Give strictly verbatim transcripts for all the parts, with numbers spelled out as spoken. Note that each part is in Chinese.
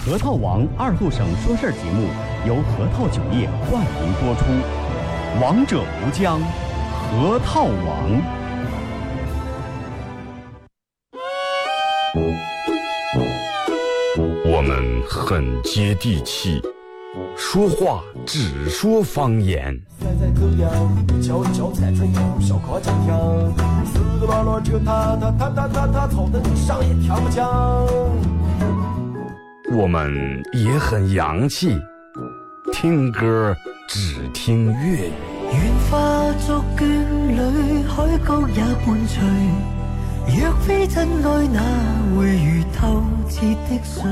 核桃王二后省说事儿节目由核桃酒业冠名播出，王者无疆，核桃王。 我们很接地气，说话只说方言。我们也很洋气，听歌只听粤语。 愿化作眷侣，海角也伴随。若非真愛，哪會如透徹的水？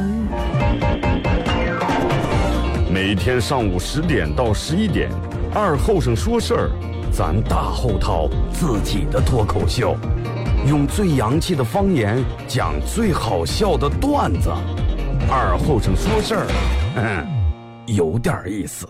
每天上午十點到十一點，二後生說事兒，咱大後套自己的脫口秀，用最洋氣的方言講最好笑的段子。二後生說事兒，嗯，有點意思。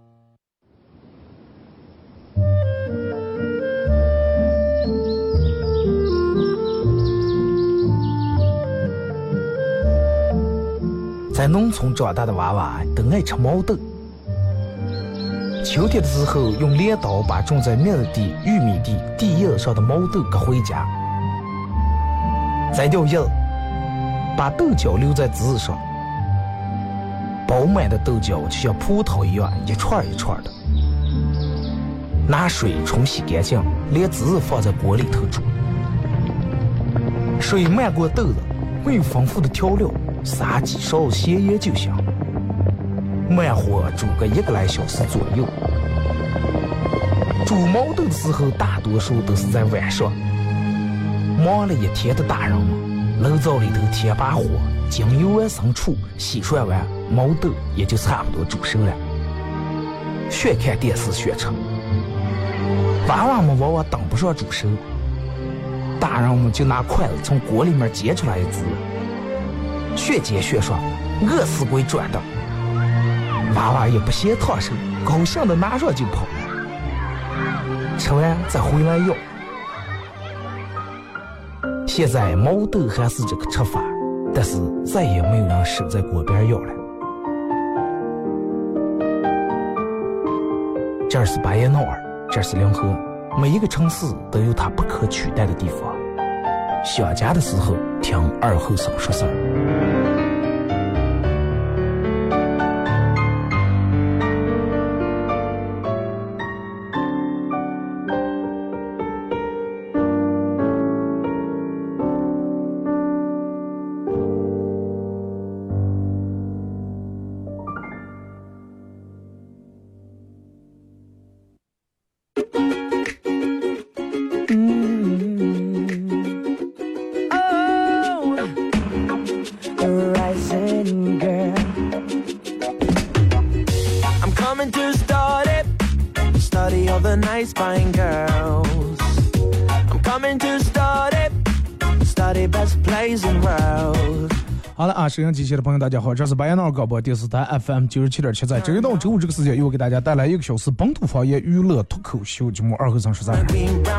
在农村长大的娃娃都爱吃毛豆。秋天的时候，用镰刀把种在麦地、玉米地地叶上的毛豆割回家，摘掉叶，把豆角留在枝上。饱满的豆角就像葡萄一样，一串一串的。拿水冲洗干净，连籽放在锅里头煮。水漫过豆子，没有丰富的调料。撒几勺咸盐就行，慢火煮个一个来小时左右。煮毛豆的时候，大多数都是在晚上。忙了一天的大人们，炉灶里头添把火，将油完生出，洗涮完，毛豆也就差不多煮熟了。学看电视学吃，娃娃们往往等不上煮熟，大人们就拿筷子从锅里面接出来一只。学接学说，饿死鬼转的，娃娃也不嫌烫手，高兴的拿上就跑，吃完再回来要。现在毛豆还是这个吃法，但是再也没有人守在锅边要了。这是巴彦淖尔，这是临河，每一个城市都有它不可取代的地方。想家的时候，听二后生说事儿。好了啊，收音机前的朋友，大家好，这是巴彦淖尔广播电视台 F M 九十七点七，在周一到周五这个时间，又给大家带来一个小时本土方言娱乐脱口秀节目《二后生说事儿》。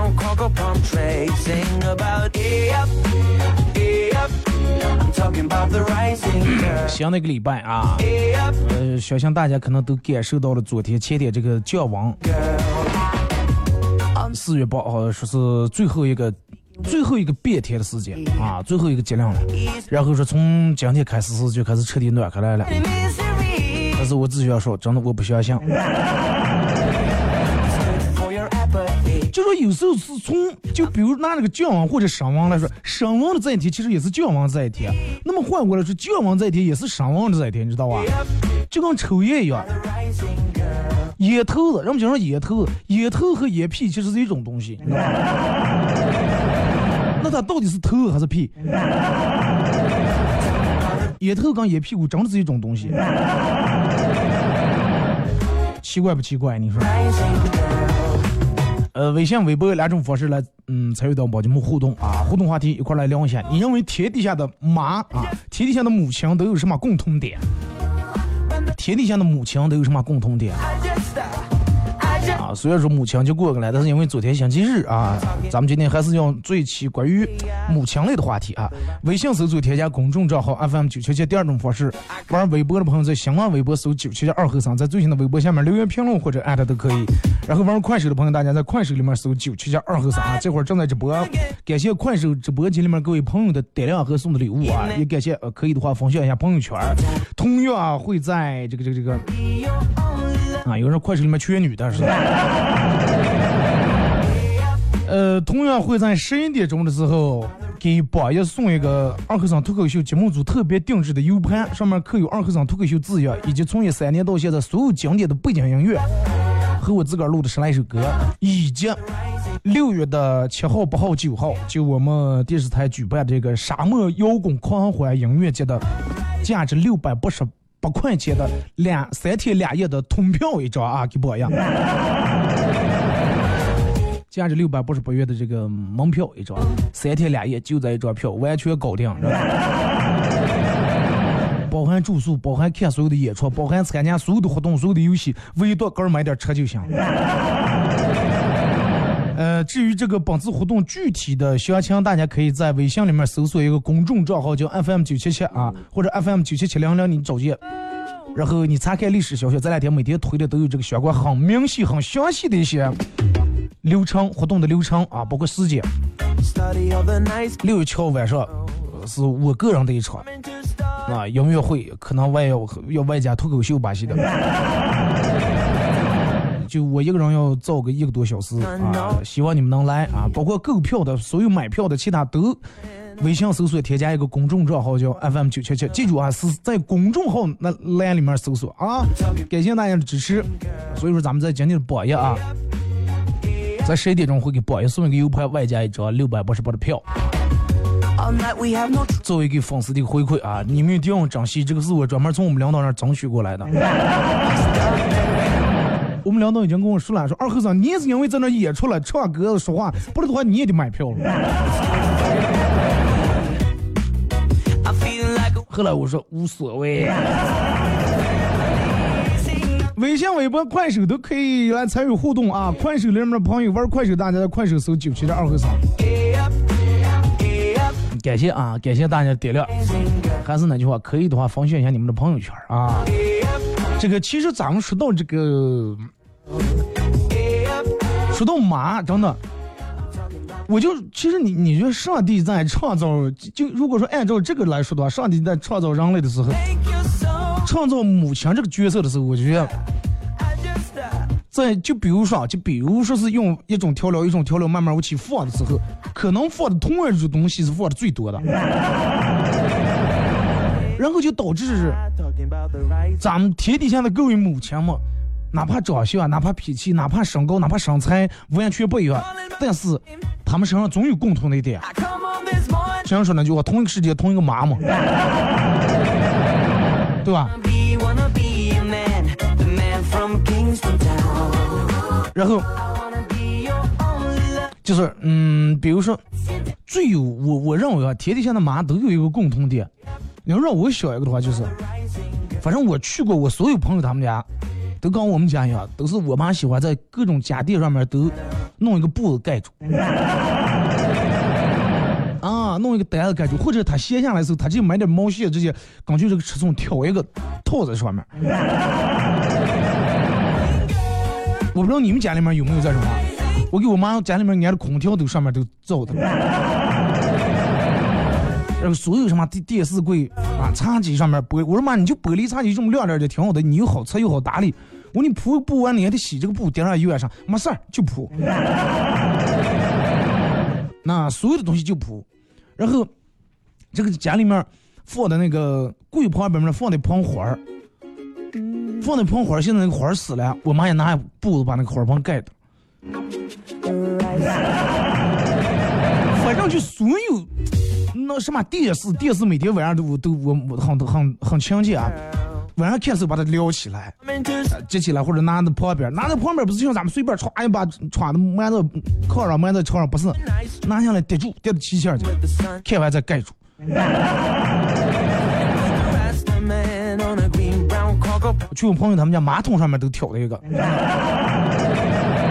新的一个礼拜啊，呃，相信大家可能都感受到了昨天、前天这个降温。四月八号说是最后一个。最后一个变天的时间啊，最后一个节量了。然后说从今天开始就开始彻底暖开来了。但是我只需要说，真的我不相信。就说有时候是从，就比如拿那个降温或者升温来说，升温的这一天其实也是降温这一天。那么换过来说，降温这一天也是升温的这一天，你知道吧？就跟抽烟一样。烟头子，人们讲说烟头，烟头和烟屁其实是一种东西。那它到底是头还是屁？烟头跟烟屁股真的是一种东西，奇怪不奇怪？你说？呃，微信、微博有两种方式来，嗯，参与到宝节目互动啊，互动话题一块来聊一下。你认为天底下的妈啊，天底下的母亲都有什么共同点？天底下的母亲都有什么共同点？啊， 啊。虽然说母亲就过过来，但是因为昨天星期日啊，咱们今天还是用做一期关于母亲类的话题啊。微信搜索添加公众账号 F M 九七七，第二种方式，玩微博的朋友在新浪微博搜九七七二和尚，在最新的微博下面留言评论或者艾特都可以。然后玩快手的朋友，大家在快手里面搜九七七二和尚啊，这会儿正在直播，感谢快手直播间里面各位朋友的点亮和送的礼物啊，也感谢呃可以的话分享一下朋友圈。同样啊会在这个这个这个啊，有人快手里面缺女的是吧？呃，同样会在十一点钟的时候给宝爷送一个二和尚脱口秀节目组特别定制的 U 盘，上面刻有二和尚脱口秀字样，以及从业三年到现在所有经典的背景音乐和我自个儿录的十来首歌，以及六月的七号、八号、九号，就我们电视台举办这个沙漠摇滚狂欢音乐节的，价值六百八十八块钱的两三天两夜的通票一张啊，给宝爷。价值六百八十八元的这个门票一张，三天两夜就这一张票，完全搞定，包含住宿，包含看所有的演出，包含参加所有的活动，所有的游戏，唯独给买点车就行。呃，至于这个本次活动具体的详情，大家可以在微信里面搜索一个公众账号叫 F M 九七七啊，或者 F M 九七七零零，你找见。然后你查看历史消息，这两天每天推的都有这个相关很明细、很详细的一些流程，活动的流程啊，包括时间。六月七号晚上是我个人的一场啊音乐会，可能外要要外加脱口秀把戏的，就我一个人要造个一个多小时啊，希望你们能来啊！包括购票的所有买票的其他都。微信搜索添加一个公众账号叫 F M 九七七，记住啊，是在公众号那栏里面搜索啊。感谢大家的支持。所以说咱们在今天的榜一啊，在十一点钟会给榜一送一个 U 盘，外加一张六百八十八的票，作为给粉丝的一个回馈啊。你们一定要珍惜，这个是我专门从我们领导那儿争取过来的。我们领导已经跟我说了，说二和尚，你也是因为在那演出了唱歌说话，不然的话你也得买票了。后来我说无所谓，微信、微博、快手都可以来参与互动啊！快手里面的朋友玩快手，大家在快手搜九七的二和尚。感谢啊，感谢大家点亮。还是那句话，可以的话分享一下你们的朋友圈啊。这个其实咱们说到这个，说到马，真的。我就其实你你觉得上帝在创造，就如果说按照这个来说的话，上帝在创造人类的时候，创造母亲这个角色的时候，我觉得在就比如说就比如说是用一种调料一种调料慢慢往起放的时候，可能放的同样一种东西是放的最多的，然后就导致咱们天底下的各位母亲们，哪怕长相，哪怕脾气，哪怕身高，哪怕身材完全不一样，但是他们身上总有共同的一点。这样说那句话，同一个世界，同一个妈妈，对吧？然后就是嗯，比如说最有我我认为啊，天底下的妈都有一个共同点。你要让我想一个的话，就是反正我去过我所有朋友他们家。都跟我们家一样，都是我妈喜欢在各种家电上面都弄一个布子盖住，啊，弄一个袋子盖住，或者他卸下来的时候，他就买点毛线，直接根据这个尺寸挑一个套在上面。我不知道你们家里面有没有这种啊？我给我妈家里面安的空调都上面都造的，然后所有什么电电视柜啊、茶几上面玻璃，我说妈，你就玻璃茶几这么亮点的挺好的，你又好吃又好打理。我说你铺布完你还得洗这个布垫上月上，没事儿就铺。那所有的东西就铺，然后这个家里面放的那个柜旁边面放的盆花儿，放的盆花儿，现在那个花儿死了，我妈也拿布子把那个花盆盖的。反正就所有。那什么电视，电视每天晚上都都我很很很亲切啊。晚上看的时候把它撩起来，接起来或者拿在旁边，拿在旁边不是像咱们随便歘一把歘的埋在炕上埋在床上，不是拿下来叠住叠到七线去，看完再盖住。去我朋友他们家马桶上面都挑了一个。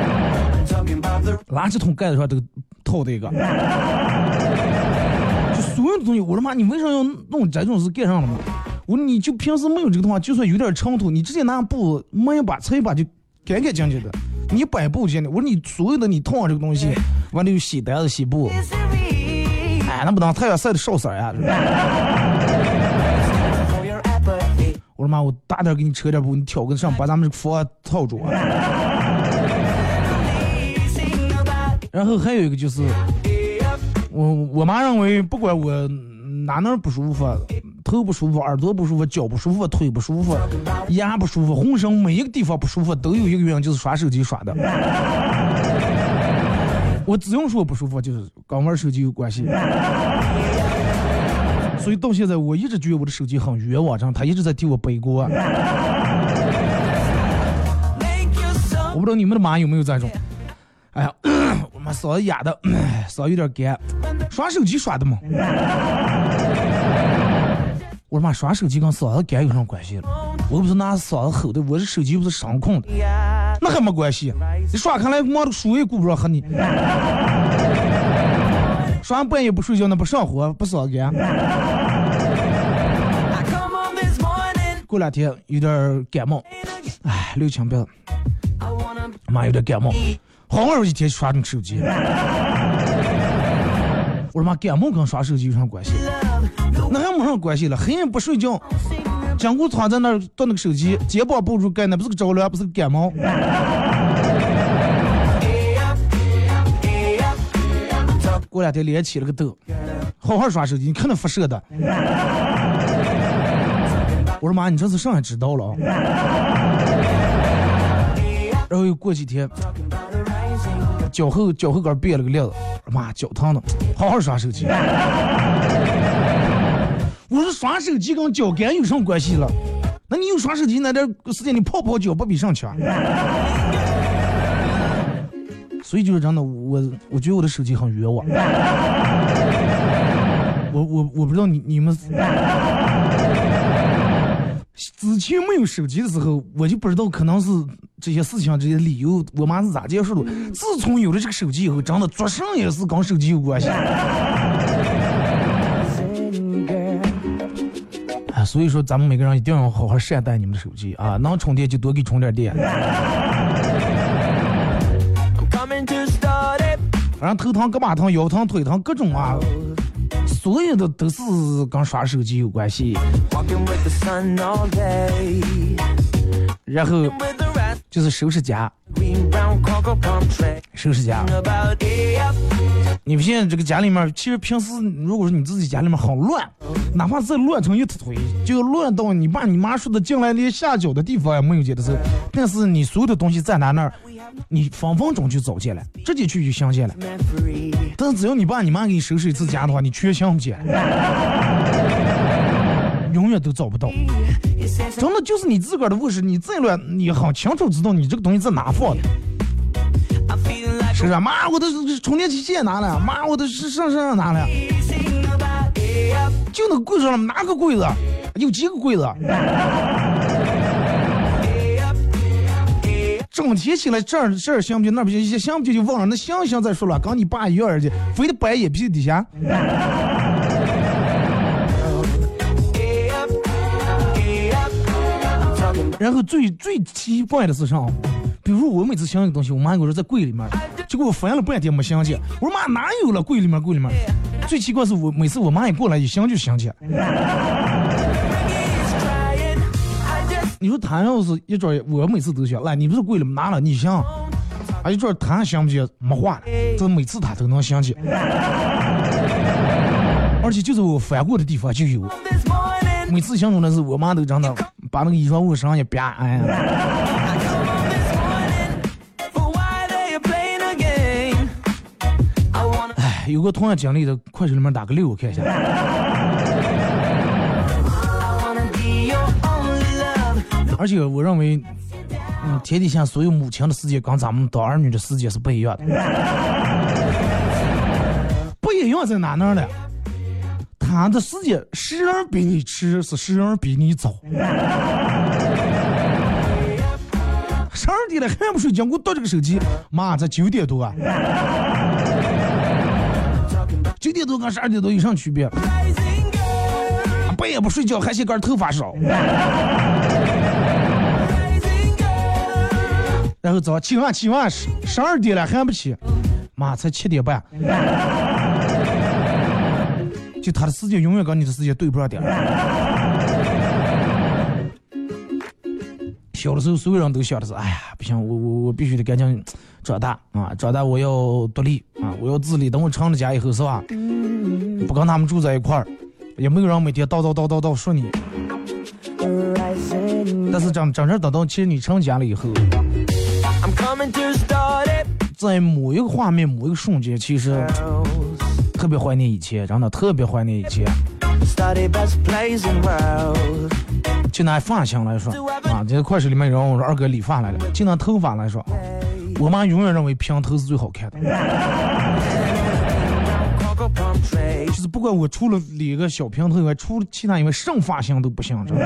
垃圾桶盖子上都套这个，就所有的东西，我他妈你为啥要弄这种事盖上了吗？我说你就平时没有这个的话，就算有点尘土，你直接拿布抹一把擦一把就干干净净的，你摆布进的。我说你所有的你套上这个东西，完了又洗袋子洗布，哎，那不当太阳晒的烧色呀。我说妈，我大点给你扯点布，你挑个上把咱们这佛套住啊。然后还有一个就是，我我妈认为不管我哪哪不舒服，头不舒服，耳朵不舒服，脚不舒服，腿不舒服，牙不舒服，浑身每一个地方不舒服，都有一个原因，就是刷手机刷的。我只用说不舒服，就是跟玩手机有关系。所以到现在我一直觉得我的手机很冤枉，他一直在替我背锅。我不知道你们的妈有没有这种，哎呀，我妈嗓子哑的，嗓子有点干，刷手机刷的嘛。我说妈，刷手机跟嗓子干有什么关系了？我又不是拿嗓子吼的，我这手机不是声控的，那还没关系。你刷看来妈的书也顾不上和你。刷完半夜不睡觉，那不上火，不嗓子干。过两天有点感冒，哎，流清鼻子，妈有点感冒，好好几天刷这手机。我说妈，感冒跟刷手机有什么关系？那还没什么关系了，黑夜不睡觉，江湖躺在那儿到那个手机，肩膀抱住盖，那不是个着凉，不是个感冒。过两天脸起了个痘，好好刷手机，你看那辐射的。我说妈，你这是上海知道了啊。然后又过几天，脚后脚后跟别了个链子，妈脚疼的，好好刷手机。我说刷手机跟脚干有什么关系了？那你有刷手机那点时间你泡泡脚不比上强？所以就是真的，我我觉得我的手机很冤枉。我我我不知道你你们之前没有手机的时候，我就不知道可能是这些事情这些理由，我妈是咋接受的。自从有了这个手机以后，真的做什么也是跟手机有关系。啊，所以说咱们每个人一定要好好善待你们的手机啊，能充电就多给充点电。反正头疼、胳膊疼、腰疼、腿疼各种啊，所有的都是跟刷手机有关系。然后就是收拾家，收拾家。你不信这个家里面，其实平时如果说你自己家里面很乱，哪怕再乱成一坨，就乱到你爸你妈说的进来连下脚的地方也没有见的时候，但是你所有的东西在哪那儿，你分分钟就走进来，直接去就相见了。但是只要你爸你妈给你收拾一次家的话，你全相不见，永远都找不到。真的就是你自个儿的卧室，你再乱，你很清楚知道你这个东西在哪放的。是啊，妈，我的充电器线拿了，妈，我的上上上拿了，就那个柜子上哪个柜子？有几个柜子？整天起来这儿这儿行不行？那不行，行不行就忘了，那行行再说了，跟你爸一样而已，非得摆眼皮底下。然后最最奇怪的是啥？比如我每次想一个东西，我妈给我说在柜里面，结果我翻了半天没想起。我说妈哪有了柜里面柜里面。最奇怪是我每次我妈一过来一想就想起。你说她要是一转，我每次都想来，你不是柜里面拿了你想，啊一转她想不起没话了，这每次她都能想起。而且就是我翻过的地方就有。每次想中的是我妈都真的把那个衣裳往上一啪，哎呀！哎，有个同样经历的，快手里面打个六，我看一下。而且我认为，嗯，天底下所有母亲的世界跟咱们当儿女的世界是不一样的。不一样在哪呢呢？他的世界，时人比你迟，是时人比你早。 十二点了还不睡觉，给我倒这个手机，妈，这九点多啊，九点多跟十二点多有啥区别？半夜不睡觉还嫌个头发少，然后早起晚起晚十十二点了还不起，妈才七点半，就他的时间永远跟你的时间对不上点。小的时候所有人都想的是，哎呀不行，我我我必须得赶紧长大啊，长大我要独立啊，我要自理，等我成了家以后是吧，不跟他们住在一块儿，也没有人每天叨叨叨叨叨说你。但是真真正等到其实你成家了以后，在某一个画面某一个瞬间，其实特别怀念以前，真的特别怀念以前。就拿发型来说啊，这快手里面有人我说二哥理发来了，就拿头发来说，我妈永远认为平头是最好看的。就是不管我除了理一个小平头以外，除了其他因为什么发型都不行，知道吗？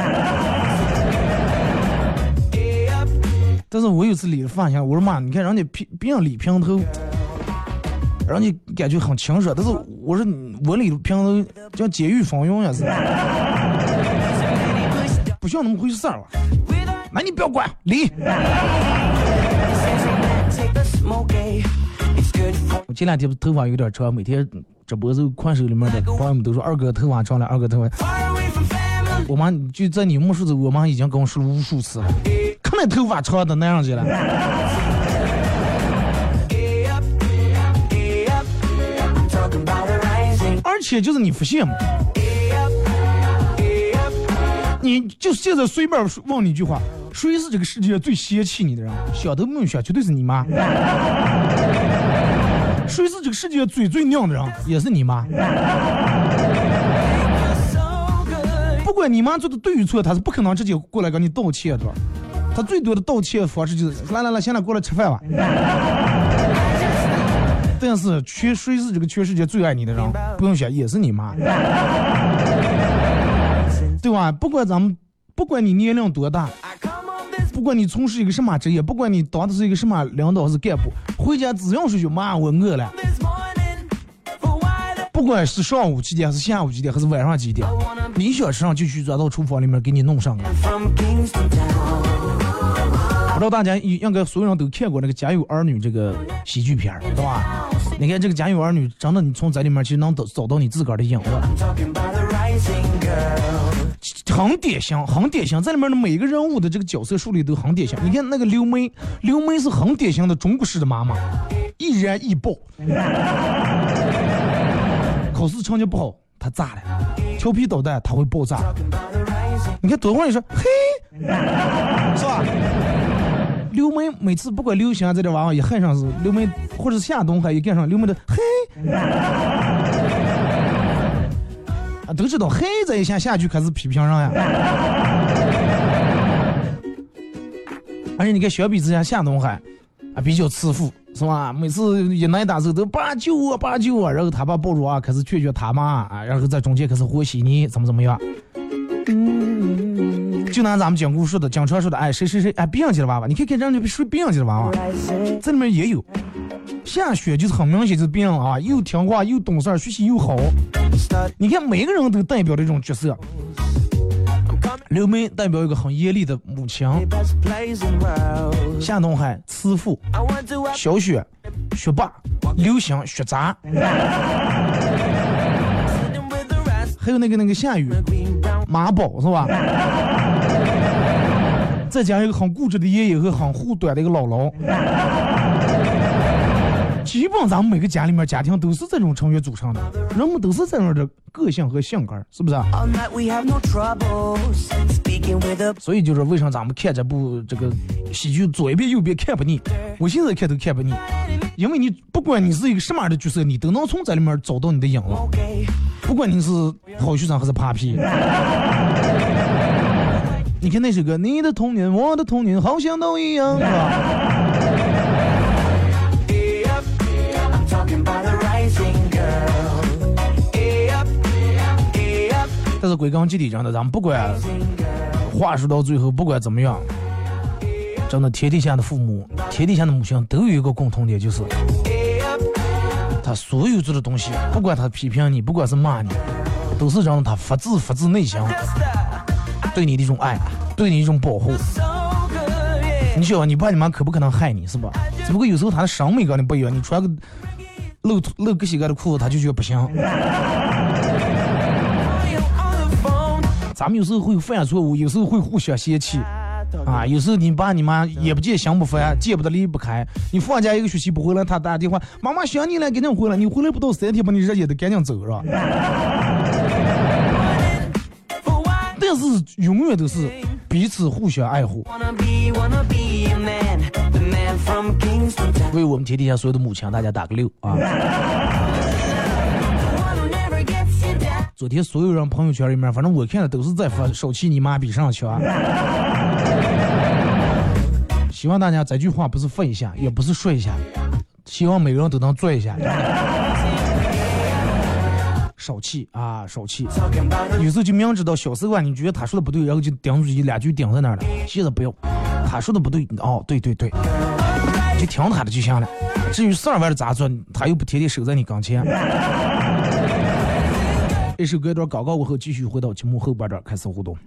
但是我有次理的发型，我说妈，你看人家平别人理平头，人家感觉很清爽，但是我说我理的平头叫监狱风云也是，不像那么回事儿吧？那你不要管理。我这两天头发有点长，每天直播时候快手里面的朋友们都说二哥头发长了，二哥头发。我妈就在你们说的，我妈已经跟我说了无数次了，看那头发长的那样子了。而且就是你不信嘛，你就现在随便问你一句话，谁是这个世界最嫌弃你的人？想都没有想，绝对是你妈。谁是这个世界最最娘的人？也是你妈。不管你妈做的对与错，她是不可能直接过来跟你道歉的。她最多的道歉方式就是来来来，现在过来吃饭吧。但是全谁是这个全世界最爱你的人？不用想，也是你妈。对吧？不管咱们，不管你年龄多大，不管你从事一个什么职业，不管你当的是一个什么领导是干部，回家只用说句妈我饿了。不管是上午几点，还是下午几点，还是晚上几点，你想吃上就去抓到厨房里面给你弄上来。不知道大家应该所有人都看过那个《家有儿女》这个喜剧片，对吧？你看这个《家有儿女》，真的你从在里面其实能找到你自个儿的影子。很典型，很典型，在里面的每一个人物的这个角色树立都很典型。你看那个刘梅，刘梅是很典型的中国式的妈妈，易燃易爆。考试成绩不好，她炸了；调皮捣蛋，她会爆炸。你看多会儿你说嘿，是吧？刘梅每次不管刘翔在这娃娃一喊上是刘梅，或者是夏东海一干上刘梅的嘿。啊，都知道黑这一下下去可是批评上呀。而且你看小比之下夏东海啊比较自负是吧？每次一挨打时候都爸救我爸救我，然后他爸抱住啊开始劝劝他妈啊，然后在中间开始和稀泥怎么怎么样。就拿咱们讲故事的讲传说的哎谁谁谁哎别样级的娃娃，你可以看这样的谁别样级的娃娃，这里面也有。下雪就是很明显就是别人啊，又听话又懂事，学习又好。你看每个人都代表的一种角色。刘梅代表一个很严厉的母亲，夏东海慈父，小雪学霸，刘翔学渣，还有那个那个夏雨马宝是吧？再加一个很固执的爷爷和很护短的一个姥姥。基本咱们每个家里面家庭都是这种成员组成的，人们都是这样的个性和性格，是不是？所以就是为什么咱们看这部这个喜剧左一遍右边看不腻，我现在看都看不腻，因为你不管你是一个什么样的角色，你都能从这里面找到你的影子，不管你是好学生还是扒皮。你看那首歌，你的童年我的童年好像都一样，是吧？但是归根结底上的，咱们不管话说到最后，不管怎么样，真真的天底下的父母，天底下的母亲都有一个共同点，就是他所有做的东西，不管他批评你，不管是骂你，都是让他发自发自内心对你的一种爱，对你一种保护。你想你爸你妈可不可能害你，是吧？只不过有时候他的审美跟你不一样，你穿个露露个膝盖的裤子他就觉得不行。咱们有时候会犯错误，有时候会互相嫌弃啊，有时候你爸你妈也不见心不烦，见不得离不开。你放假一个学期不回来，他打电话，妈妈想你了，赶紧回来。你回来不到三天，把你热也得赶紧走，是吧？但是永远都是彼此互相爱护。为我们天底下所有的母亲，大家打个六啊！昨天所有人朋友圈里面，反正我看的都是在发手气你妈比上强。希望大家这句话不是发一下，也不是说一下，希望每个人都能做一下。少气啊，少气！有时候就明知道小时候你觉得他说的不对，然后就顶住一两句顶在那儿了。现在不要，他说的不对，哦，对对对，就听他的就行了。至于事儿玩的咋做，他又不天天守在你跟前。一首歌一段广告过后，继续回到节目后半段开始互动。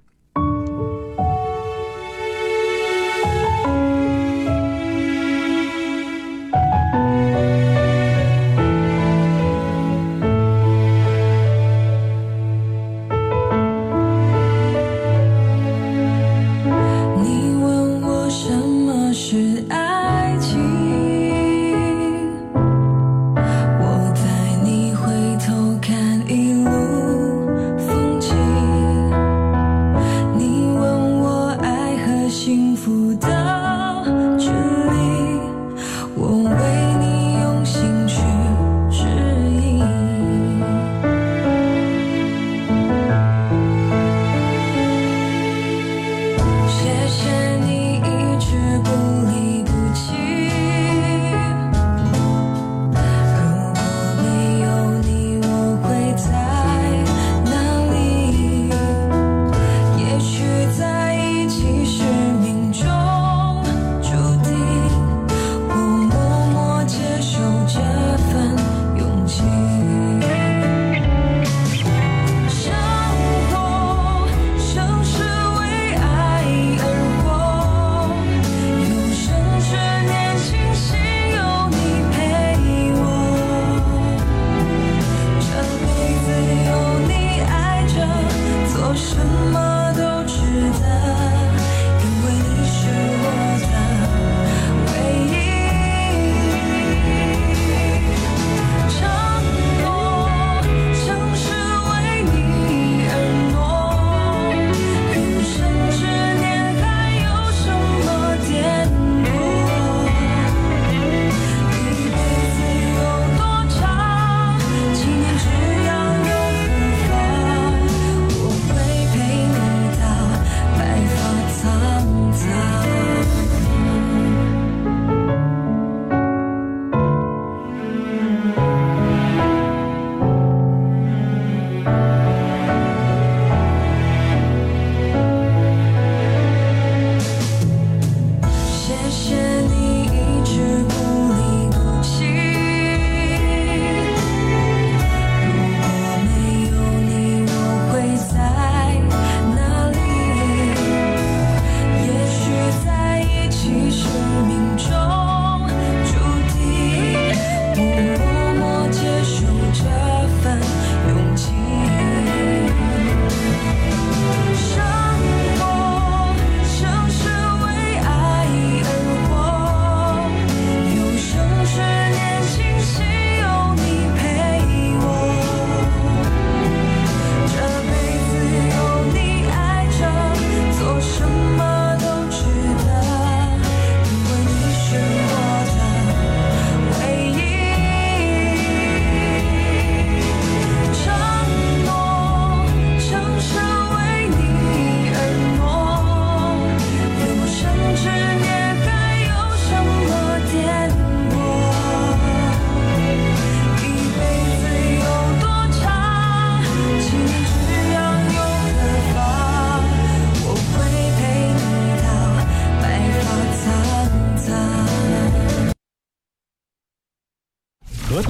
我在你回头看一路风景。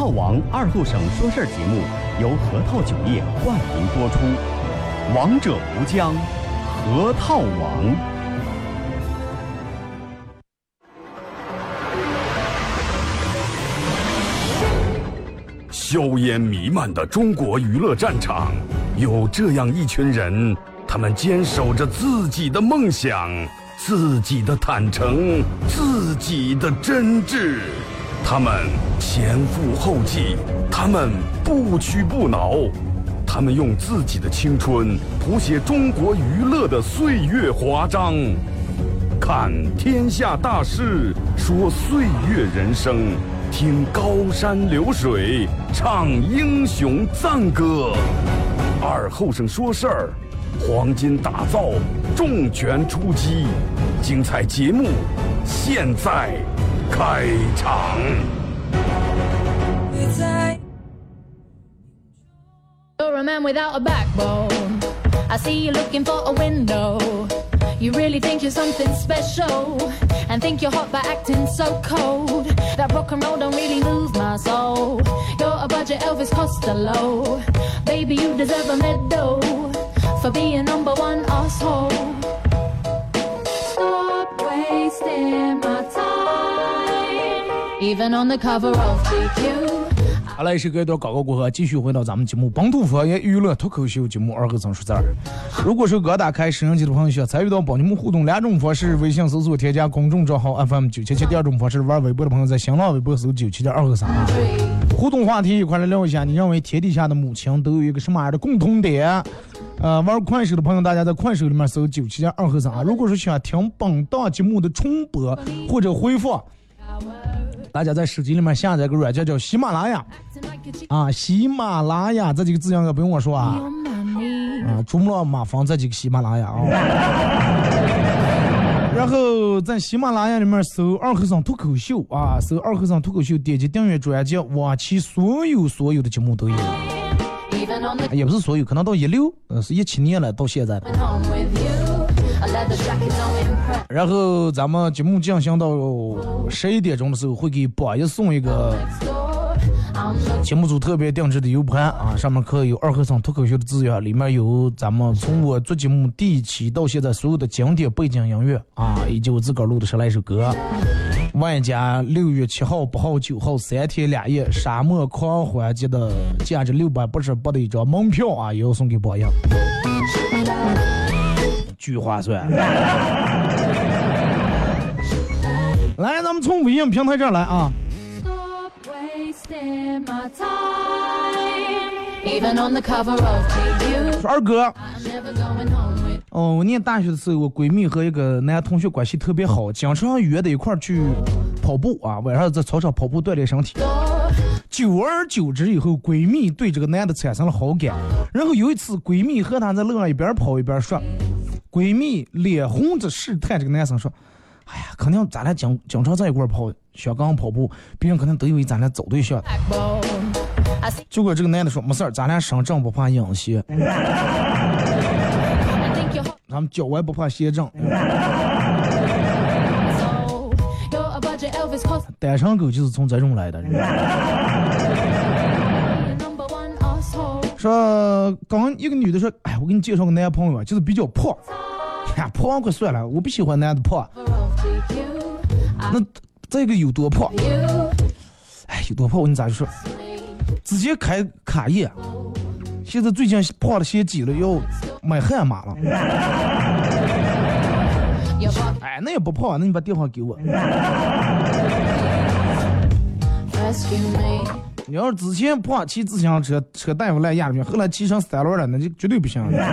套王二后省说事儿节目由核桃酒业冠名播出，王者无疆，核桃王。 硝烟弥漫的中国娱乐战场，有这样一群人，他们坚守着自己的梦想，自己的坦诚，自己的真挚。他们前赴后继，他们不屈不挠，他们用自己的青春谱写中国娱乐的岁月华章。看天下大事，说岁月人生，听高山流水，唱英雄赞歌。二后生说事儿，黄金打造，重拳出击，精彩节目现在开场。 You're a man without a backbone. I see you looking for a window. You really think you're something special, and think you're hot by acting so cold. That rock and roll don't really move my soul. You're a budget Elvis Costello. Baby, you deserve a medal for being number one asshole. Stop wasting my time, even on the cover of G Q. 好了，是隔一段广告过后，继续回到咱们节目本土方言娱乐脱口秀节目二和尚说事儿。如果是刚打开摄像机的朋友，想参与到帮你们互动两种方式：微信搜索添加公众账号 F M 九七七；第二种方式，玩微博的朋友在新浪微博搜九七七二和尚。互动话题一块来聊一下，你认为天底下的母亲都有一个什么样的共同点？呃，玩快手的朋友，大家在快手里面搜九七七二和尚。如果是想听本档节目的重播或者回放，大家在手机里面下载个软件叫喜马拉雅啊，喜马拉雅这几个字样可不用我说啊，啊，珠穆朗玛峰这几个喜马拉雅啊，然后在喜马拉雅里面搜二和尚脱口秀啊，搜二和尚脱口秀，点击订阅专辑，往期所有所有的节目都有，也不是所有，可能到一六，呃，是一七年了，到现在。然后咱们节目进行到十一点钟的时候，会给榜一送一个节目组特别定制的 U 盘啊，上面可以有二和尚脱口秀的资源，里面有咱们从我做节目第一期到现在所有的经典背景音乐啊，以及我自个儿录的十来首歌，外加六月七号、八号、九号三天两夜沙漠狂欢节的价值六百八十八的一张门票啊，也要送给榜一。巨划算。来，咱们从微信平台这儿来啊。说二哥，哦，我念大学的时候，我闺蜜和一个男同学关系特别好，经常约在一块儿去跑步啊，晚上在操场跑步锻炼身体。久而久之以后，闺蜜对这个男的产生了好感。然后有一次，闺蜜和他在路上一边跑一边说。闺蜜脸红着试探这个男生说：“哎呀，肯定咱俩经经常在一块儿跑，小刚跑步，别人可能都以为咱俩走对象。”结果这个男的说：“没事儿，咱俩身正不怕影斜，咱们脚歪不怕鞋正。”单身狗就是从这种来的。说刚一个女的说：“哎，我给你介绍个男朋友啊，就是比较胖。哎，胖可算了，我不喜欢男的胖。那这个有多胖？哎，有多胖？我跟你咋说？直接开卡业。现在最近胖了些几了，要买悍马了。哎，那也不胖，那你把电话给我。你要是之前胖骑自行车车大夫来压里面，后来骑上三轮了，那就绝对不行了。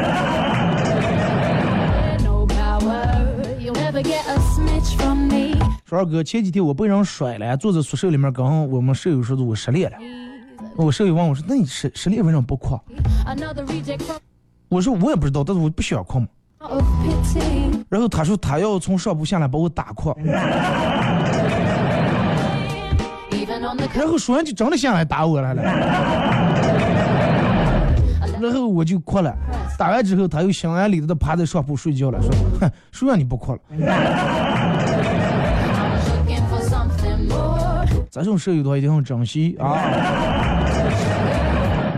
说二哥，前几天我被人甩了，坐在宿舍里面，跟我们舍友说我失恋了。我舍友问我说：“那你失失恋为什么不哭？”我说：“我也不知道，但是我不想哭嘛。”然后他说他要从上铺下来把我打哭。然后说完就真的下来打我来了，然后我就哭了。打完之后，他又心安理得的趴在上铺睡觉了，说：“哼，谁让你不哭了？”咱这种舍友的话一定要珍惜啊。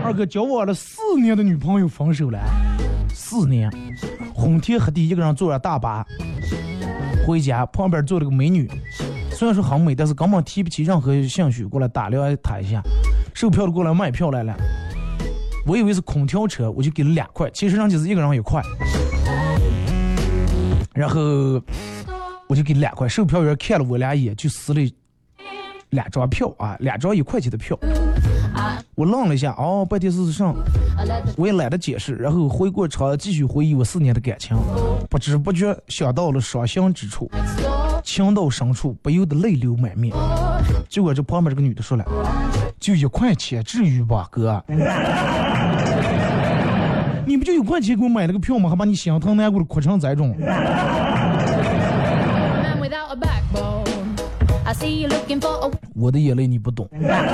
二哥交往了四年的女朋友分手了，四年，昏天黑地一个人坐着大巴回家，旁边坐了个美女，虽然说很美，但是根本提不起任何兴趣过来打量她一下，售票的过来卖票来了，我以为是空调车，我就给了两块，其实人家是一个人一块，然后我就给了两块，售票员看了我俩一眼就撕了两张票啊，两张一块钱的票。我愣了一下，哦，半天事实上我也懒得解释，然后回过场继续回忆我四年的感情，不知不觉想到了伤心之处，情到深处不由得泪流满面。结果这旁边这个女的说了，就一块钱至于吧哥，你不就一块钱给我买了个票吗？还把你心疼难过的哭成这种。我的眼泪你不懂。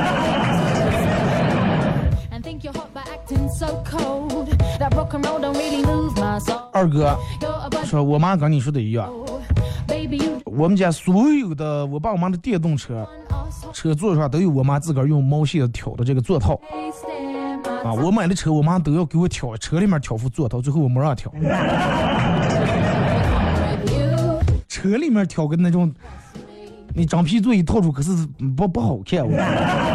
二哥说我妈跟你说的一样，我们家所有的我爸我妈的电动车车座上都有我妈自个儿用毛线挑的这个座套啊，我买的车我妈都要给我挑，车里面挑副座套，最后我没让挑，车里面挑个那种你张皮座一套出可是不不好看，我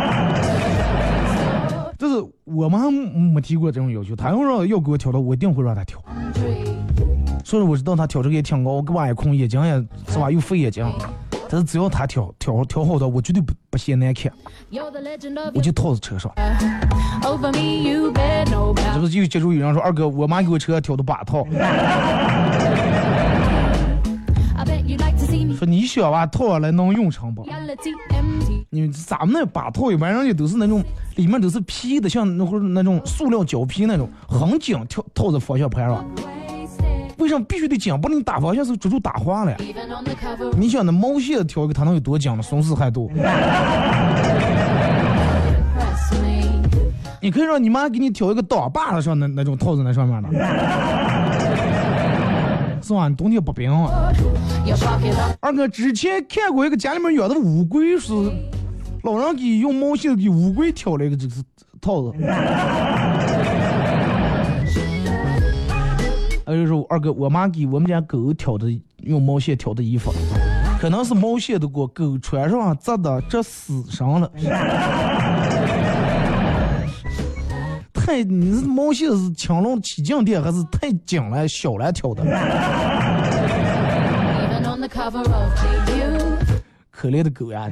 就是我妈没提过这种要求，她要让要给我挑的我一定会让她挑，所以我知道她挑这个也挺高，个娃也空，眼睛也是吧又费眼睛，但是只要她挑挑挑好的我绝对不不嫌难看，我就套在车上。这不是又接触有人说二哥我妈给我车挑的八套，说你想吧套下来能用上不？你咱们那把套一般人家都是那种里面都是皮的，像那会那种塑料胶皮那种，很紧，套套在方向盘上。为什么必须得紧？不然你打方向是处处打滑了呀。你想那毛线挑一个它能有多紧呢？松弛还多。你可以让你妈给你挑一个刀把子上那那种套在那上面的。是吧？你冬天不冰啊。二哥之前看过一个家里面养的乌龟，是老人给用毛线给乌龟挑了一个这个套子。还有说二哥我妈给我们家狗挑的用毛线挑的衣服，可能是毛线的过狗穿上扎的这死伤了。太你这毛线是强龙起降垫还是太紧了小来挑的？可怜的狗呀！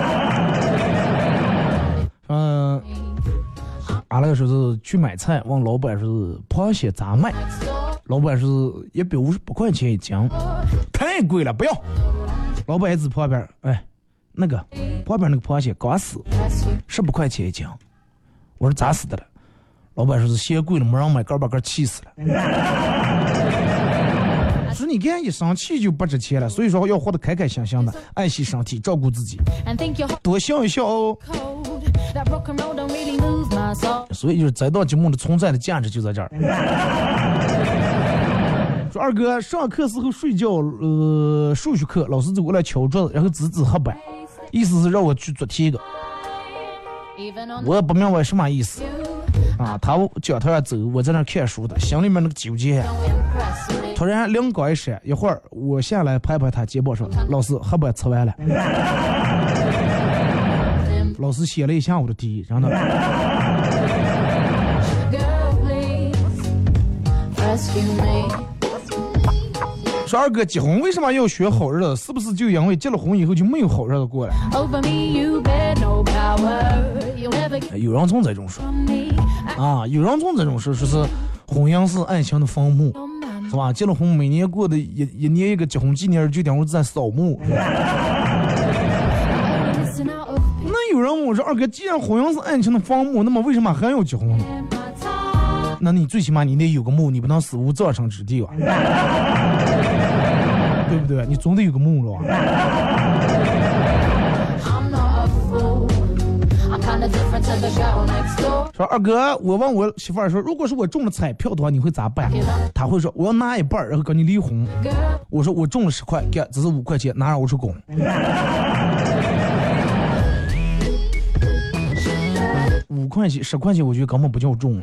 嗯，俺那个时候是去买菜，问老板说是螃蟹咋卖，老板说一百五十八块钱一斤，太贵了，不要。老板一指旁边，哎，那个旁边那个螃蟹刚死，十八块钱一斤。我说咋死的了？老板说是嫌贵了，没让买，个把个气死了。说你看一生气就不值钱了，所以说要活得开开心心的，爱惜身体，照顾自己，多笑一笑哦。所以就是这道节目的存在的价值就在这儿。说二哥上课时候睡觉，呃，数学课老师就过来敲桌子，然后指指黑板，意思是让我去做题个。我也不明白什么意思啊！他讲台上走，我在那看书的，心里面那个纠结。突然灵光一闪，一会儿我下来拍拍他肩膀说：“老师，黑板测完了。”老师写了一下午的题，真的。说二哥结婚为什么要学好日子？是不是就因为结了婚以后就没有好日子过了？有人从这种说啊，有人从这种说，说是婚姻是爱情的坟墓，是吧？结了婚每年过的一一年一个结婚纪念日，就等于在扫墓。那有人问我说，二哥，既然婚姻是爱情的坟墓，那么为什么还要结婚呢？那你最起码你得有个墓，你不能死无葬身之地吧？对不对？你总得有个墓了吧？说二哥，我问我媳妇儿说，如果是我中了彩票的话，你会咋办？他会说我要拿一半，然后跟你离婚。我说我中了十块，干只是五块钱，拿着我是公。五五块钱、十块钱，我觉得根本不叫重。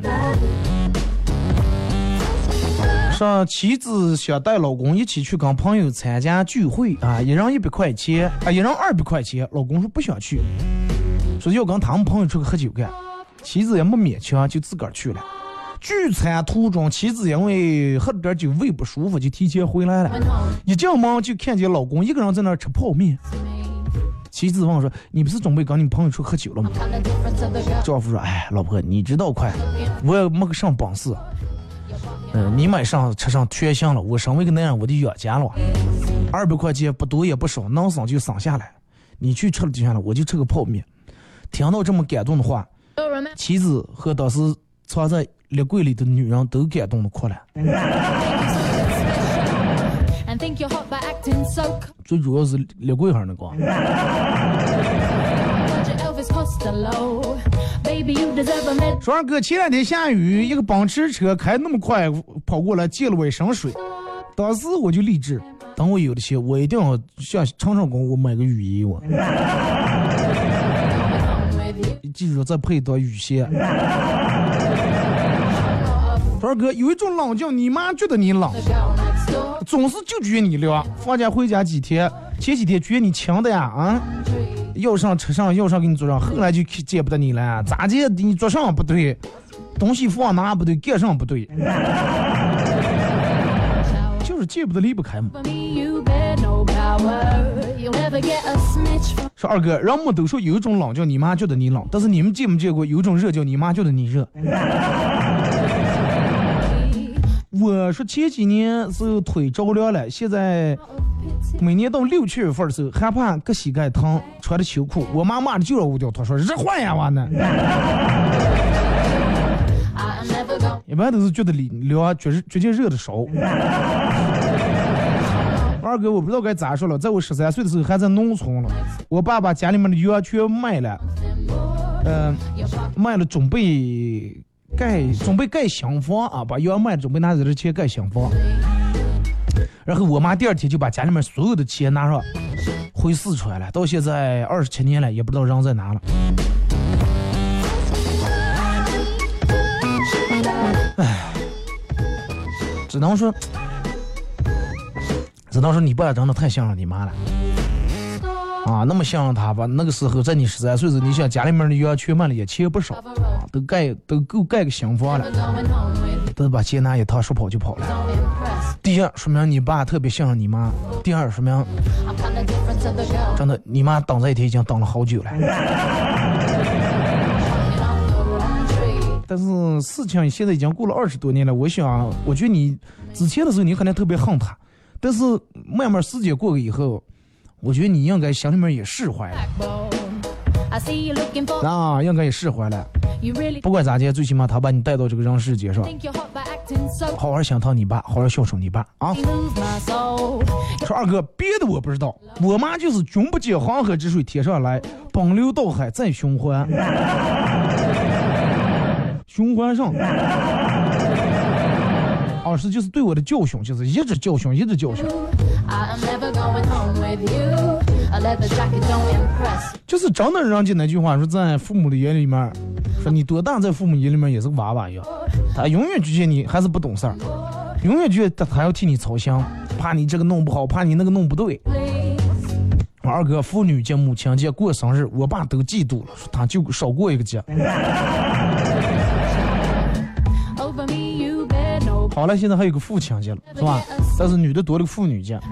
说妻子想带老公一起去跟朋友参加聚会啊，一人一百块钱啊，一人二百块钱，老公说不想去，说要跟他们朋友出去喝酒干，妻子也没勉强，就自个儿去了。聚餐途中，妻子因为喝了点酒胃不舒服，就提前回来了。一进门就看见老公一个人在那儿吃泡面。妻子问说：“你不是准备跟你朋友出去喝酒了吗？”丈夫说：“哎，老婆，你知道快，我也没个上本事。嗯、呃，你买上吃上全行了，我身为一个男人，我得养家了。二百块钱不多也不少，能省就省下来。你去吃了就行了，我就吃个泡面。”听到这么感动的话，妻子和当时藏在立柜里的女人都感动的哭了。最主要是立柜上那个。说二哥，前两天下雨，一个奔驰车开那么快跑过来溅了我一身水，当时我就立志，等我有的钱，我一定要向长城公我买个雨衣我。记住再配朵雨鞋。说二哥，有一种冷叫你妈觉得你冷，总是就觉得你凉。放假回家几天，前几天觉得你强的呀啊，要上车上要上给你坐上，后来就见不得你了，咋的你坐上不对，东西放哪不对，盖上不对，就是见不得离不开嘛。说二哥，人们都说有一种冷叫你妈觉得你冷，但是你们见没见过有一种热叫你妈觉得你热？我说前几年是腿着凉了，现在每年到六七月份的时候，害怕个膝盖疼，穿的秋裤，我妈骂的就要捂掉，她说热坏呀娃呢。一般都是觉得凉，觉觉得热的少。二哥，我不知道该咋说了，在我十三岁的时候还在农村了，我爸把家里面的园全卖了，呃，卖了准备盖准备盖新房啊，把园卖准备拿这点钱盖新房。然后我妈第二天就把家里面所有的钱拿上回四川了，到现在二十七年了，也不知道人在哪了。唉，只能说。只能说你爸长得太像了你妈了啊，那么像了他吧？那个时候在你十三岁时，你想家里面的园全卖了，也钱不少，啊、都盖都够盖个新房了，都把钱拿一套，说跑就跑了。第一，说明你爸特别像了你妈；第二，说明真的你妈等在一天已经等了好久了。但是事情现在已经过了二十多年了，我想，我觉得你之前的时候你可能特别恨他。但是慢慢时间过了以后，我觉得你应该心里面也释怀了，啊，应该也释怀了。不管咋地，最起码他把你带到这个人世界上，好好想疼你爸，好好孝顺你爸啊。说二哥，别的我不知道，我妈就是君不见黄河之水天上来，奔流到海再循环，循环上。二是就是对我的教训，就是一直教训，一直教训。就是真的人家那句话说，在父母的眼里面，说你多大在父母眼里面也是个娃娃一样，他永远觉得你还是不懂事儿，永远觉得他要替你操心，怕你这个弄不好，怕你那个弄不对。我二哥父女节、母亲节过生日，我爸都嫉妒了，说他就少过一个节。好了，现在还有个父亲节了，是吧？但是女的多了个妇女节。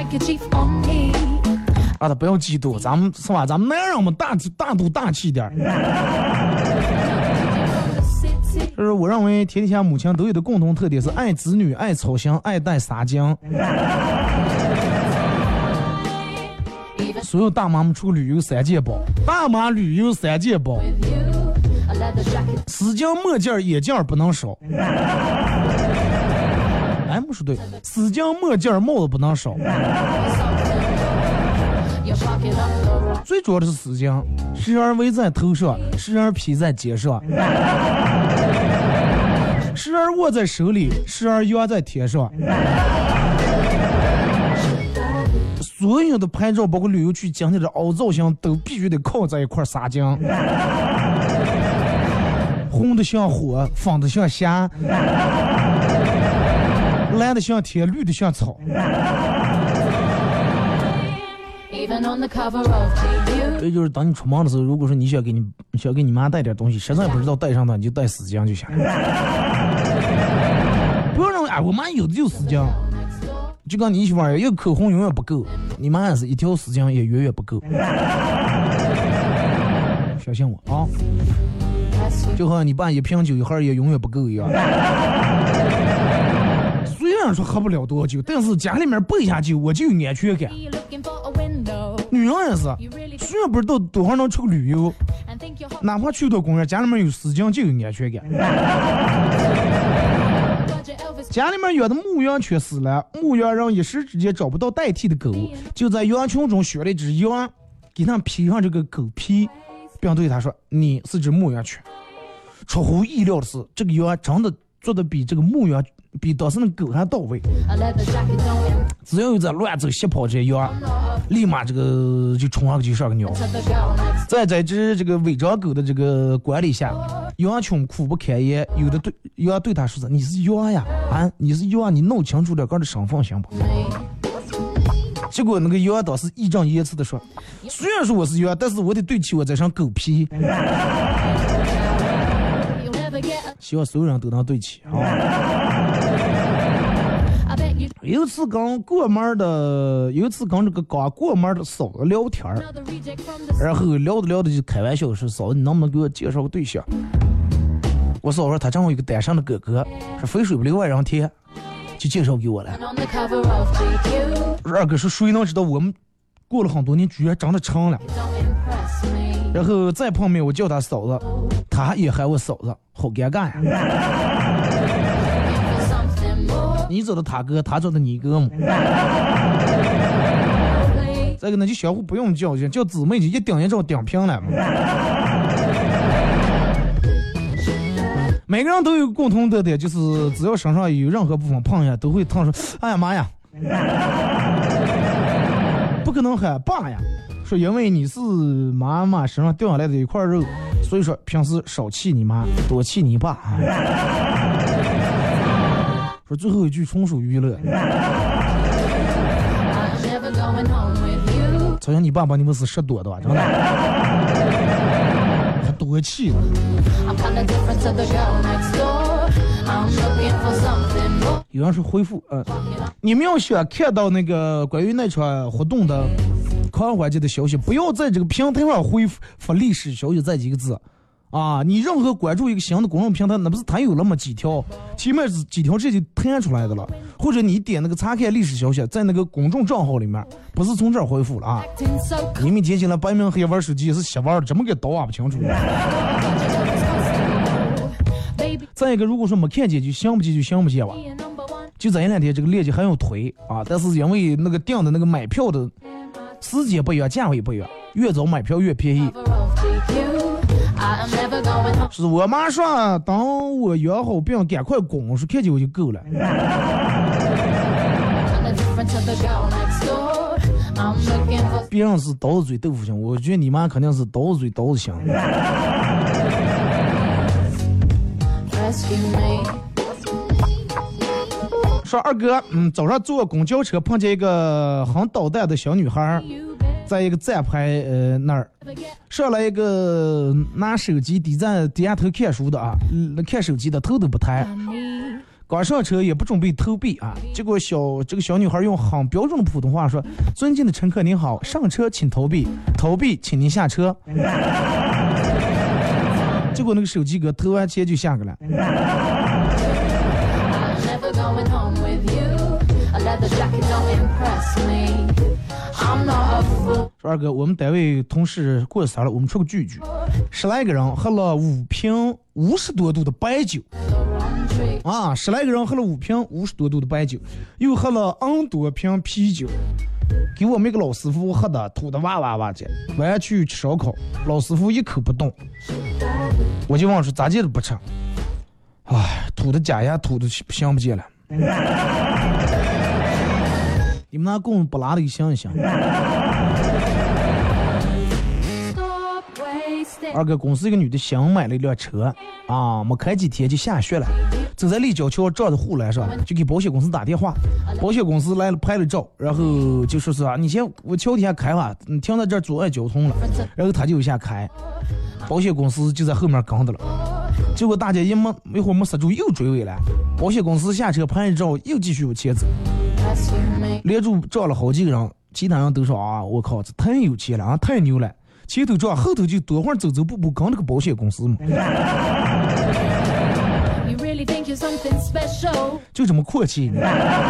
啊，他不要嫉妒，咱们是吧？咱们男人们大大度大气点。就是我认为天下母亲都有的共同特点是爱子女、爱操心、爱带撒娇。所有大妈们出旅游三件宝，大妈旅游三件宝。死劲墨镜眼镜不能少，哎，不是对，死劲墨镜帽子不能少。最主要的是死劲，时而围在头上，时而披在肩上，时而握在手里，时而扬在天上。所有的拍照，包括旅游去景点的凹造型，都必须得靠在一块撒浆。 红的像火，粉的像虾，蓝的像天，绿的像草。所以就是当你出门的时候，如果说你想给你想给你妈带点东西，实在不知道带上它，你就带丝巾就行。不要认为哎，我妈有的就丝巾，就跟你媳妇儿一个口红永远不够，你妈也是一条丝巾也远远不够。相信我啊，就好像你爸一瓶酒一盒也永远不够一样。虽然说喝不了多久，但是家里面备下酒我就有安全感。女人也是，虽然不知道多少能出个旅游，哪怕去到公园，家里面有丝巾就有安全感。家里面养的牧羊犬死了，牧羊人一时之间找不到代替的狗，就在羊群中选了一只羊，给他披上这个狗皮，并对他说：“你是只牧羊犬。”出乎意料的是，这个羊真的做的比这个牧羊比当时的狗还到位。只要有在乱走瞎跑这些羊，立马这个就冲上去上个鸟。在在这这个违章狗的这个管理下，羊群苦不堪言。有的对羊对他说：“你是羊呀，啊，你是羊，你弄清楚点个的身份行不？”结果那个羊当时义正言辞的说：“虽然说我是羊，但是我得对起我这身狗皮。”希望所有人都能对起啊！有一次跟过门的，有一次跟这个刚过门的嫂子聊天，然后聊着聊着就开玩笑说：“嫂子，你能不能给我介绍个对象？”我嫂子说她正好有个单身的哥哥，是肥水不流外人田，就介绍给我了。二哥说：“谁能知道我们过了很多年居然长得成了？”然后再碰面，我叫他嫂子，他也喊我嫂子，好尴尬呀！你找的他哥，他找的你哥嘛？这个呢就相互不用叫，叫姊妹就一顶一照顶平了嘛。每个人都有共同的点，就是只要身上有任何部分碰一下，都会烫说：“哎呀妈呀！”不可能喊爸呀。说因为你是妈妈身上掉下来的一块肉，所以说平时少气你妈，多气你爸。说最后一句纯属娱乐。好像你爸把你们是十多的吧，真的。还多气呢。有人说回复，嗯、呃，你们要想看到那个关于那场活动的狂欢节的消息，不要在这个平台上回复发历史消息这几个字啊！你任何关注一个新的公众平台，那不是它有那么几条，前面是几条这就弹出来的了，或者你点那个查看历史消息，在那个公众账号里面，不是从这儿回复了啊！你们接进来白明黑玩手机也是瞎玩的，怎么给倒啊不清楚。再一个，如果说没看见就想不见就想不见吧。就在前两天这个链接还要推啊，但是因为那个订的那个买票的时间不一样，价位不一样，越早买票越便宜。是我妈说等我养好病赶快拱，说看见我就够了。别人是刀子嘴豆腐心，我觉得你妈肯定是刀子嘴刀子心。说二哥，嗯，早上坐公交车碰见一个很捣蛋的小女孩，在一个站牌呃那儿，上来一个拿手机低在低下头看书的啊，嗯、看手机的头都不抬，刚上车也不准备投币啊，结果小这个小女孩用很标准的普通话说：“尊敬的乘客您好，上车请投币，投币请您下车。”结果那个手机哥投完钱就下个了。说二哥，我们单位同事过生日了，我们出个聚聚，十来个人喝了五瓶五十多度的白酒，啊，十来个人喝了五瓶五十多度的白酒，又喝了 N 多瓶啤酒，给我们一个老师傅喝的吐的哇哇哇的，晚上去吃烧烤，老师傅一口不动，我就问说咋介都不吃，唉，吐的假牙吐的香不见了。你们拿棍不拉的想一想。 二哥，公司一个女的新买了一辆车啊，没开几天就下雪了，走在立交桥照着护栏上，就给保险公司打电话，保险公司来了拍了照，然后就说是啊，你先我桥底下开吧，你停在这儿阻碍交通了，然后他就一下开，保险公司就在后面跟着了，结果大家一没一会儿没刹住又追尾了，保险公司下车拍照又继续往前走，连住照了好几个人，其他人都说啊，我靠，这太有钱了啊，太牛了。前头撞，后头就多会儿走走步步跟那个保险公司嘛，就这么阔气呢。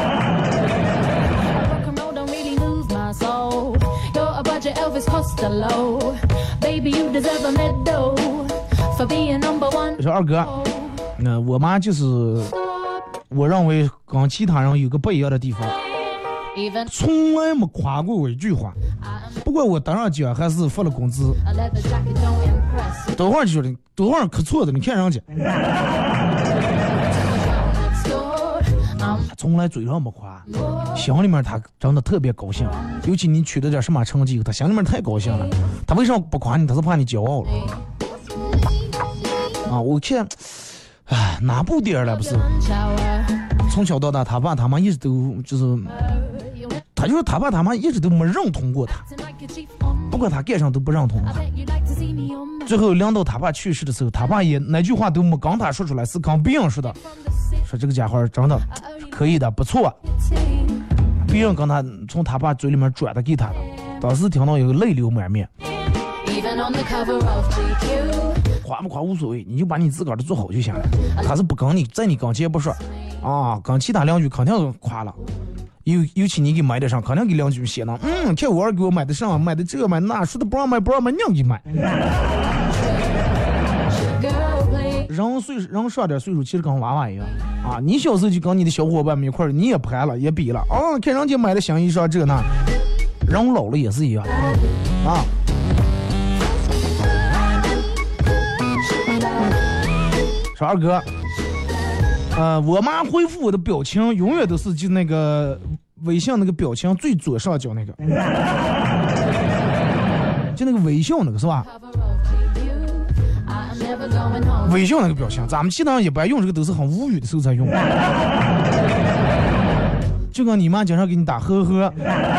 说二哥，那我妈就是我认为跟其他人有个不一样的地方，从来没夸过我一句话。不过我当上奖还是发了工资，等会儿就说的，等会儿可错的，你看人家，他从来嘴上没夸，心里面他真的特别高兴。尤其你取得点什么成绩，他心里面太高兴了。他为什么不夸你？他是怕你骄傲了。啊，我看，哎，哪不点了不是？从小到大，他爸他妈一直都就是。他就是他爸他妈一直都没认同过他，不管他干上都不认同他。最后临到他爸去世的时候，他爸也那句话都没跟他说出来，是跟别人说的，说这个家伙真的可以的，不错。别人跟他从他爸嘴里面转的给他的，当时听到有个泪流满面。夸不夸无所谓，你就把你自个儿的做好就行了。他是不跟你在你跟前不说啊，跟其他邻居肯定夸了。尤尤其你给买的上，肯定给邻居写呢。嗯，看我儿给我买的上，买的这个买那，说的不让买不让买，娘给买。人岁人上点岁数，其实跟娃娃一样啊。你小时候就跟你的小伙伴们一块儿，你也拍了也比了啊，看人家买的新衣裳这那，人老了也是一样啊。说二哥。呃，我妈回复我的表情永远都是就那个微笑那个表情最左上角那个，就那个微笑那个是吧？微笑那个表情，咱们其他人一般用这个都是很无语的时候才用，就跟你妈经常给你打呵呵，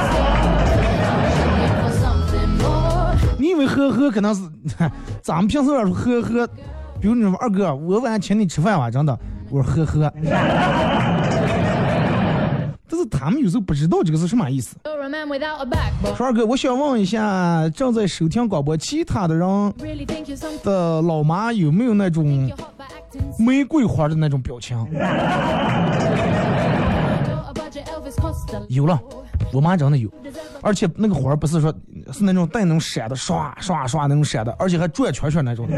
你以为呵呵可能是咱们平时说呵呵，比如你说二哥，我晚上请你吃饭吧，真的。我说呵呵，但是他们有时候不知道这个是什么意思。说二哥，我想问一下正在收听广播其他的人的老妈有没有那种玫瑰花的那种表情？有了，我妈真的有，而且那个花不是说是那种带那种闪的，刷刷刷那种闪的，而且还转圈圈那种的。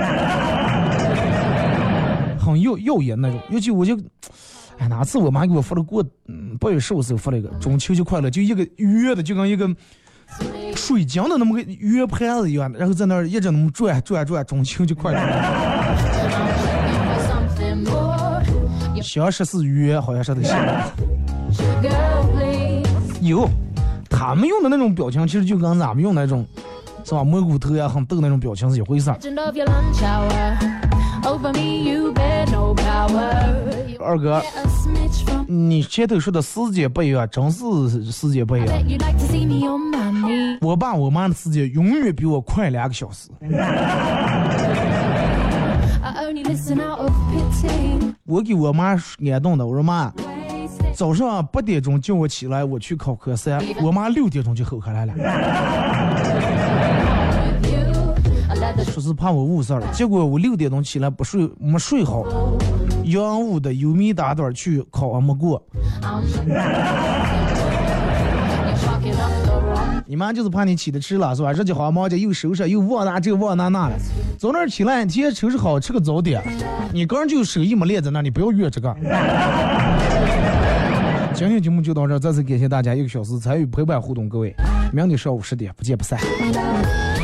很耀耀眼那种，尤其我就，哎，哪次我妈给我发了过，嗯，八月十五时候发了一个中秋节快乐，就一个圆的，就跟一个水晶的那么个圆盘子一样的，然后在那儿一直那么转转转，中秋节快乐。想是是圆，好像是的像。有，他们用的那种表情，其实就跟咱们用那种，是吧？蘑菇头呀，很逗那种表情是一回事。二哥，你前头说的时间不一样，真是时间不一样。我爸我妈的时间永远比我快两个小时。我给我妈安动的，我说妈，早上八点钟叫我起来，我去考科三，我妈六点钟就吼开来了。说是怕我误事了，结果我六点钟起来不睡，没睡好，央雾的油米打盹去考还没过。你妈就是怕你起得迟了是吧？这就好忙着又收拾又忘那这忘那那了，早点起来提前收拾好吃个早点，你个人就手艺没练在那，你不要约这个。今天节目就到这儿，再次感谢大家一个小时参与陪伴互动，各位，明天上午十点不见不散。